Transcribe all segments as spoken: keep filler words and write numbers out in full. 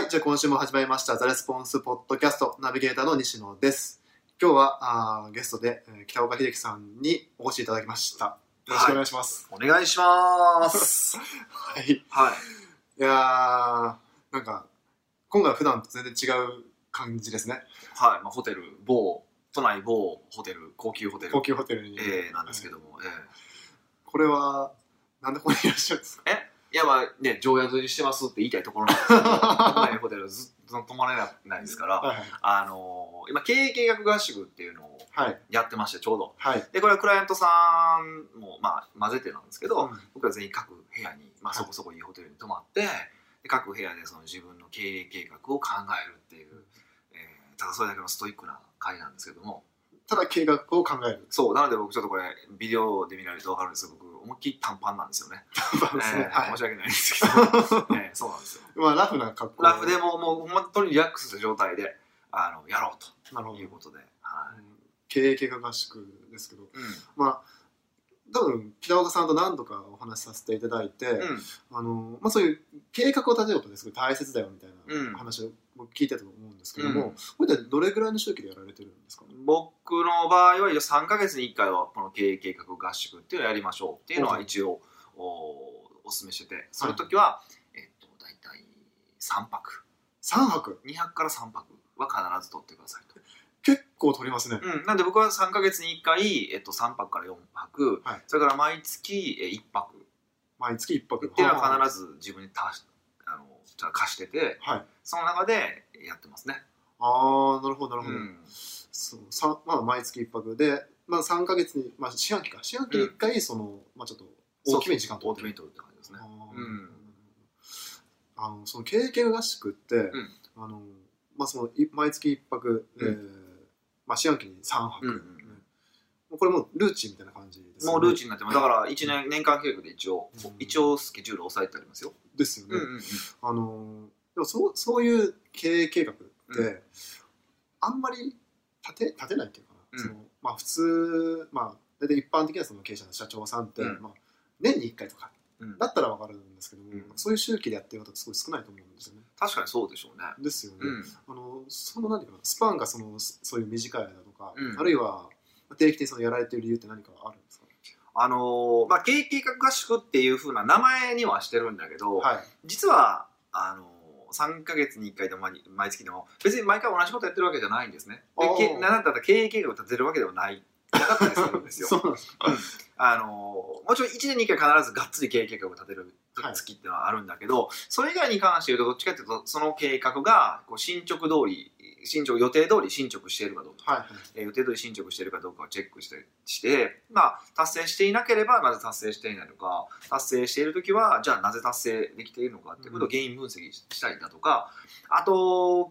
じゃあ今週も始まりましたザレスポンスポッドキャストナビゲーターの西野です。今日はあゲストで、えー、北岡秀樹さんにお越しいただきました。よろしくお願いします。 はい、お願いしますはい、 はい、 いやーなんか今回は普段と全然違う感じですね。 はい、まあ、ホテル某都内某ホテル高級ホテル高級ホテルに、 えー、なんですけども、はい、えー、 これはなんでここにいらっしゃるんですか？ えいやまあね、常宿にしてますって言いたいところなんですけど都内ホテルずっと泊まれないですから、はいはい、あのー、今経営計画合宿っていうのをやってまして、ちょうど、はい、でこれはクライアントさんも、まあ、混ぜてなんですけど、うん、僕は全員各部屋に、まあ、そこそこいいホテルに泊まって、はい、で各部屋でその自分の経営計画を考えるっていう、うん、えー、ただそれだけのストイックな会なんですけども、 ただ計画を考える。 そうなので僕ちょっとこれビデオで見られると分かるんですけど、僕思いっきり短パンなんですよね。 短パンですね、 えーはい、申し訳ないんですけど、ね、そうなんですよ。 まあラフな格好。 ラフでもうもう本当にリラックスした状態であのやろうということで、はい、 経営計画合宿ですけど、うん、まあ多分北岡さんと何度かお話しさせていただいて、うん、あのまあ、そういう計画を立てることですごい大切だよみたいな話を僕聞いてたと思うんですけども、うん、これってどれぐらいの周期でやられてるんですか？ 僕の場合はさんかげつにいっかいはこの経営計画合宿っていうのをやりましょうっていうのは一応おお勧めしてて、その時は、はい、えっと大体さんぱくさんぱくにはくからさんぱくは必ず取ってくださいと。 結構取りますね。 うん、なんで僕はさんかげつにいっかい、えっと、さんぱくからよんぱく、はい、それから毎月いっぱく毎月いっぱくっていうのは必ず自分にたあのじゃあ貸してて、はい、その中でやってますね。 ああ、なるほどなるほど、うん、そうさ、まあ、毎月いっぱくで、まあ、さんかげつに、まあ、四半期か四半期にいっかい、うん、その、まあ、ちょっと大きめに時間取ってる。 大きめに取るって感じですね。 うん、あのその経営計画合宿って、うん、あのまあ、その毎月いっぱく、うん、えーまあ、四半期にさんぱく、うんうんうん、これもうルーチンみたいな感じですね。 もうルーチンになってます。だからいちねん、年間計画で一応、うん、一応スケジュールを押さえてありますよ。 ですよね。うんうんうん、あのでもそう、そういう経営計画って、うん、あんまり立て、立てないっていうかな、うん、そのまあ、普通、まあ、大体一般的なその経営者の社長さんって、うん、まあ、年にいっかいとか、うん、だったら分かるんですけども、うん、そういう周期でやってる方ってすごい少ないと思うんですよね。 確かにそうでしょうね。 ですよね。うん、あのその何かスパンがそのそういう短い間とか、うん、あるいは定期的にそのやられている理由って何かあるんですか？ あのーまあ、経営計画合宿っていう風な名前にはしてるんだけど、はい、実はあのー、さんかげつにいっかいでも毎月でも別に毎回同じことやってるわけじゃないんですね。でなんだったら経営計画を立てるわけではないなかったりするんですよ。そうなんですか。あのー、もちろんいちねんにいっかい必ずがっつり経営計画を立てる月っていうのはあるんだけど、はい、それ以外に関して言うとどっちかっていうとその計画がこう進捗通り進捗予定通り進捗しているかどうか、はい、予定通り進捗しているかどうかをチェックしてして、まあ、達成していなければなぜ達成していないのか、達成しているときはじゃあなぜ達成できているのかっていうことを原因分析したりだとか、あと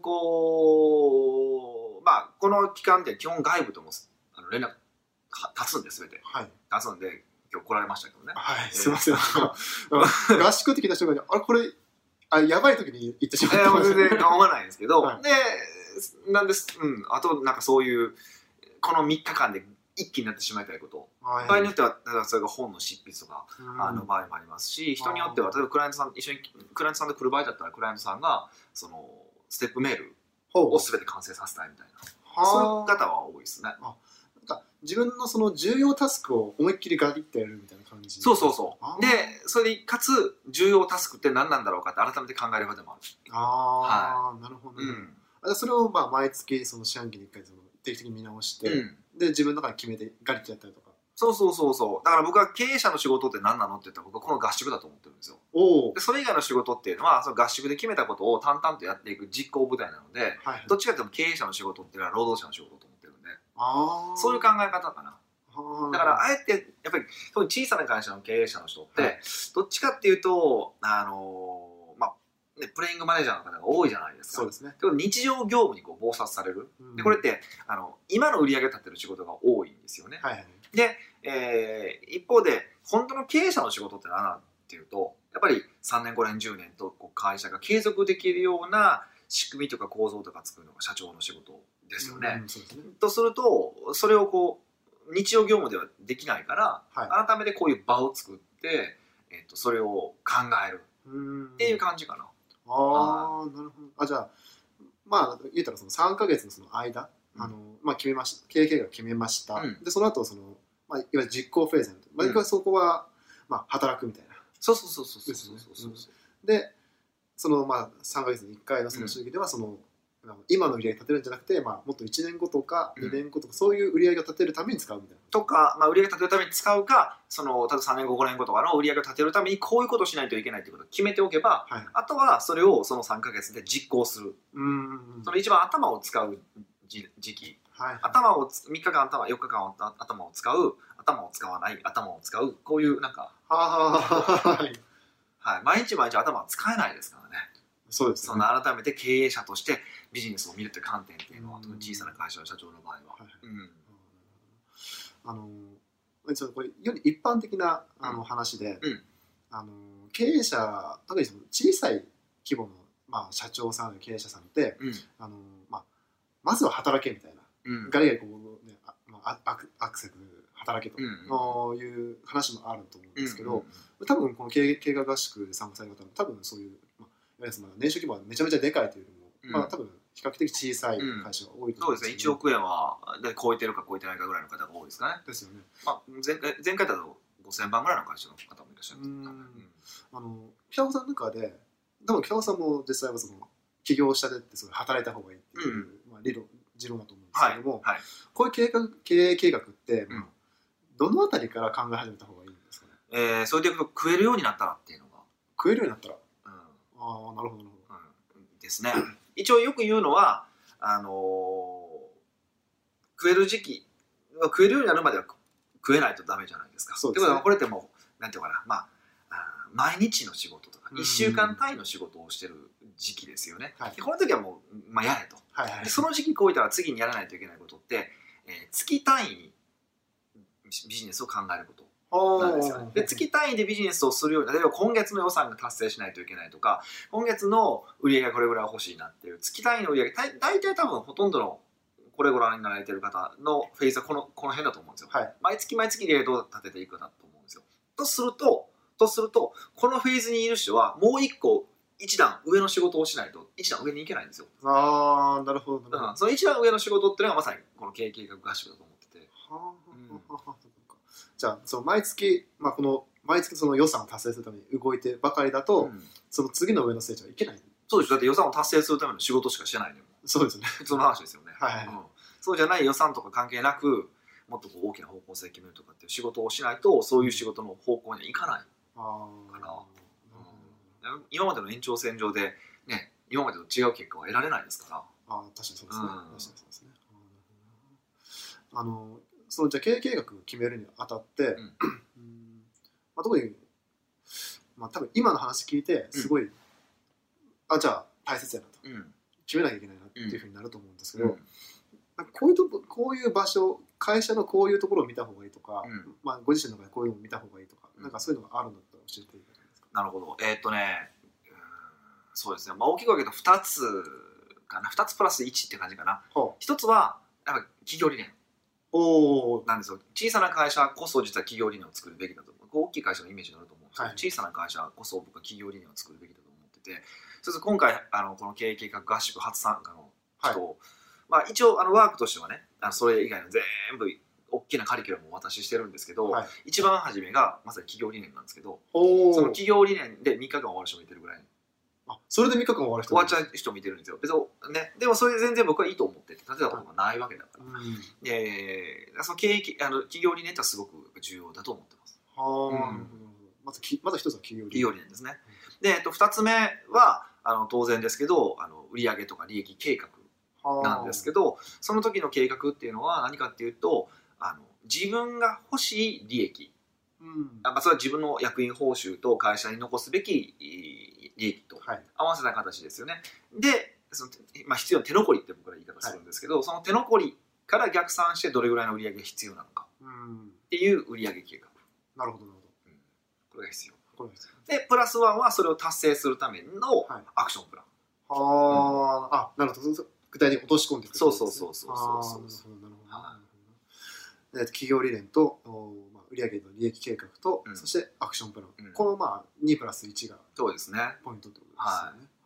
こう、まあ、この期間って基本外部ともあの連絡立つんで全て、はい、立つんで今日来られましたけどね。 はい、すいません。合宿って聞いた瞬間にあれこれあやばい時に行ってしまった。 えー、全然思わないんですけど、はい、でなんです、うん、あとなんかそういうこのみっかかんで一気になってしまいたいこと、はい、場合によっては例えばそれが本の執筆とか、うん、あの場合もありますし、人によっては例えばクライアントさん一緒にクライアントさんと来る場合だったらクライアントさんがそのステップメールを全て完成させたいみたいな、そういう方は多いですね。 あ自分のその重要タスクを思いっきりガリッとやるみたいな感じ。 そうそうそうでそれでかつ重要タスクって何なんだろうかって改めて考える場でもある。 ああ、はい、なるほど、ね、うん、それをまあ毎月その四半期にいっかいその定期的に見直して、うん、で自分の中で決めてガリッとやったりとか。 そうそうそうそうだから僕は経営者の仕事って何なのって言ったら僕はこの合宿だと思ってるんですよ。おでそれ以外の仕事っていうのはその合宿で決めたことを淡々とやっていく実行部隊なので、はい、どっちかというと経営者の仕事っていうのは労働者の仕事と思ってるんで、あそういう考え方かな。だからあえてやっぱり特に小さな会社の経営者の人って、はい、どっちかっていうとあのー、まあねプレイングマネージャーの方が多いじゃないですか。 そうですね。 日常業務にこう忙殺される、うん、でこれってあの今の売り上げ立てる仕事が多いんですよね。はいはい、で、えー、一方で本当の経営者の仕事って何なんっていうとやっぱりさんねんごねんじゅうねんとこう会社が継続できるような仕組みとか構造とか作るのが社長の仕事ですよね。うん、そうですね。とするとそれをこう日常業務ではできないから、はい、改めてこういう場を作って、えー、とそれを考えるっていう感じかな。 ああ、なるほど。あ、じゃあまあ言ったらそのさんかげつのその間、うん、あのまあ決めました、経営計画決めました。うん、でその後そのまあいわゆる実行フェーズになる。毎回そこはまあ働くみたいな。 そうそうそうそうそうそうそうそう。 でそのまあさんかげつにいっかいのその周期ではその、うん、今の売り上げ立てるんじゃなくて、まあ、もっといちねんごとかにねんごとか、そういう売り上げを立てるために使うみたいな。 とか、まあ、売り上げ立てるために使うか、その例えばさんねんごごねんごとかの売り上げを立てるためにこういうことをしないといけないということを決めておけば、はい、あとはそれをそのさんかげつで実行する。うん、その一番頭を使う時期、はいはい、頭をみっかかん頭よっかかん頭を使う、頭を使わない、頭を使う、こういうなんか、はい、はい、毎日毎日頭は使えないですからね。 そうですね。 その改めて経営者としてビジネスを見るという観点っていうのは、特に小さな会社の社長の場合は、はい、うん、 あのこれより一般的なあの話で、うん、あの経営者、特にその小さい規模の、まあ、社長さん経営者さんって、うん、あのまあ、まずは働けみたいな、うん、ガリガリこう、ね、あまあ、アクアクセス働けという話もあると思うんですけど、うんうんうん、多分この経営計画合宿で参加される方も多分そういう、まあ、いわゆるその年収規模はめちゃめちゃでかいというよりも、うん、まあ、多分比較的小さい会社が多いと思うんです、ね、そうですね。いちおくえんは超えてるか超えてないかぐらいの方が多いですかね。 ですよね。 まあ、前, 前回だとごせんばんぐらいの会社の方もいらっしゃるんですか、うん、 あの北尾さんの中で多分北尾さんも実際はその起業したてってそれ働いた方がいいっていう、うん、まあ、理論持論だと思うんですけども、はいはい、こういう経, 経営計画って、まあ、どのあたりから考え始めた方がいいんですかね。 えー、それでいうと食えるようになったらっていうのが食えるようになったら、うん、ああなるほどなるほど、 うん、ですね。一応よく言うのはあのー、食える時期食えるようになるまでは食えないとダメじゃないですか。そうですね。ってことはこれってもうなんていうかな、まあ、あ毎日の仕事とかいっしゅうかん単位の仕事をしてる時期ですよね、はい、でこの時はもう、まあ、やれと、はいはい、でその時期超えたら次にやらないといけないことって、えー、月単位にビジネスを考えることなんですよね。で月単位でビジネスをするように、例えば今月の予算が達成しないといけないとか、今月の売り上げがこれぐらい欲しいなっていう月単位の売り上げ、大体多分ほとんどのこれご覧になられている方のフェーズはこの、この辺だと思うんですよ、はい、毎月毎月でどう立てていくかだと思うんですよ。とするととするとこのフェーズにいる人はもう一個一段上の仕事をしないと一段上に行けないんですよ。 ああなるほどなるほど、 うん、その一段上の仕事っていうのがまさにこの経営計画合宿だと思ってて、はあ、うん、じゃあその毎月、まあ、この毎月その予算を達成するために動いてばかりだと、うん、その次の上のステージはいけない。 そうです。だって予算を達成するための仕事しかしてないのよ。 そうですね。 普通の話ですよね。はいはい、うん、そうじゃない予算とか関係なくもっとこう大きな方向性決めるとかっていう仕事をしないとそういう仕事の方向にはいかないから、うん、今までの延長線上で、ね、今までと違う結果は得られないですから。 あ確かにそうですね、うん、確かにそうですね。あのそのじゃあ経営計画を決めるにあたって、うんうんまあ、特に、まあ、多分今の話聞いてすごい、うん、あじゃあ大切やなと、うん、決めなきゃいけないなっていうふうになると思うんですけど、うん、こういうとこういう場所会社のこういうところを見た方がいいとか、うんまあ、ご自身の中でこういうのを見た方がいいとか、うん、なんかそういうのがあるんだったら教えていただけますか。 なるほど。えー、っとねうんそうですね、まあ、大きく分けるとふたつかな、ふたつプラスいちって感じかな。ひとつはやっぱ企業理念おなんですよ。小さな会社こそ実は企業理念を作るべきだと思う。大きい会社のイメージになると思うんですけど、はい、小さな会社こそ僕は企業理念を作るべきだと思ってて、そうすると今回あのこの経営計画合宿初参加の人を、はいまあ、一応あのワークとしてはねあのそれ以外の全部大きなカリキュラムをお渡ししてるんですけど、はい、一番初めがまさに企業理念なんですけど、その企業理念でみっかかん終わる人もいてるぐらい。 あそれでみっかかん終わる人終わっちゃう人もいてるんですよ。別にね、でもそれで全然僕はいいと思ってて、立てたことがないわけだから、はいうんえー、その経営あの企業理念ってすごく重要だと思ってます。はあ、うん、まずきまず一つは企業理念。企業理念ですね。で、えっと、ふたつめはあの当然ですけどあの売上とか利益計画なんですけど、その時の計画っていうのは何かっていうとあの自分が欲しい利益、うんまあ、それは自分の役員報酬と会社に残すべき利益と合わせた形ですよね。はい、でその、まあ、必要な手残りって僕ら言い方するんですけど、はい、その手残りから逆算してどれぐらいの売り上げが必要なのかっていう売上計画。 なるほどなるほど、 うん、これが必要。 これが必要でプラスワンはそれを達成するためのアクションプラン。 はい、あ、うん、あなるほど。具体的に落とし込んでいく、ね、 そうそうそうそうそうそうそう。 なるほどなるほど。企業理念と売上の利益計画と、うん、そしてアクションプラン、うん、このまあにプラスいちがそうですねポイントってことですよね。 はい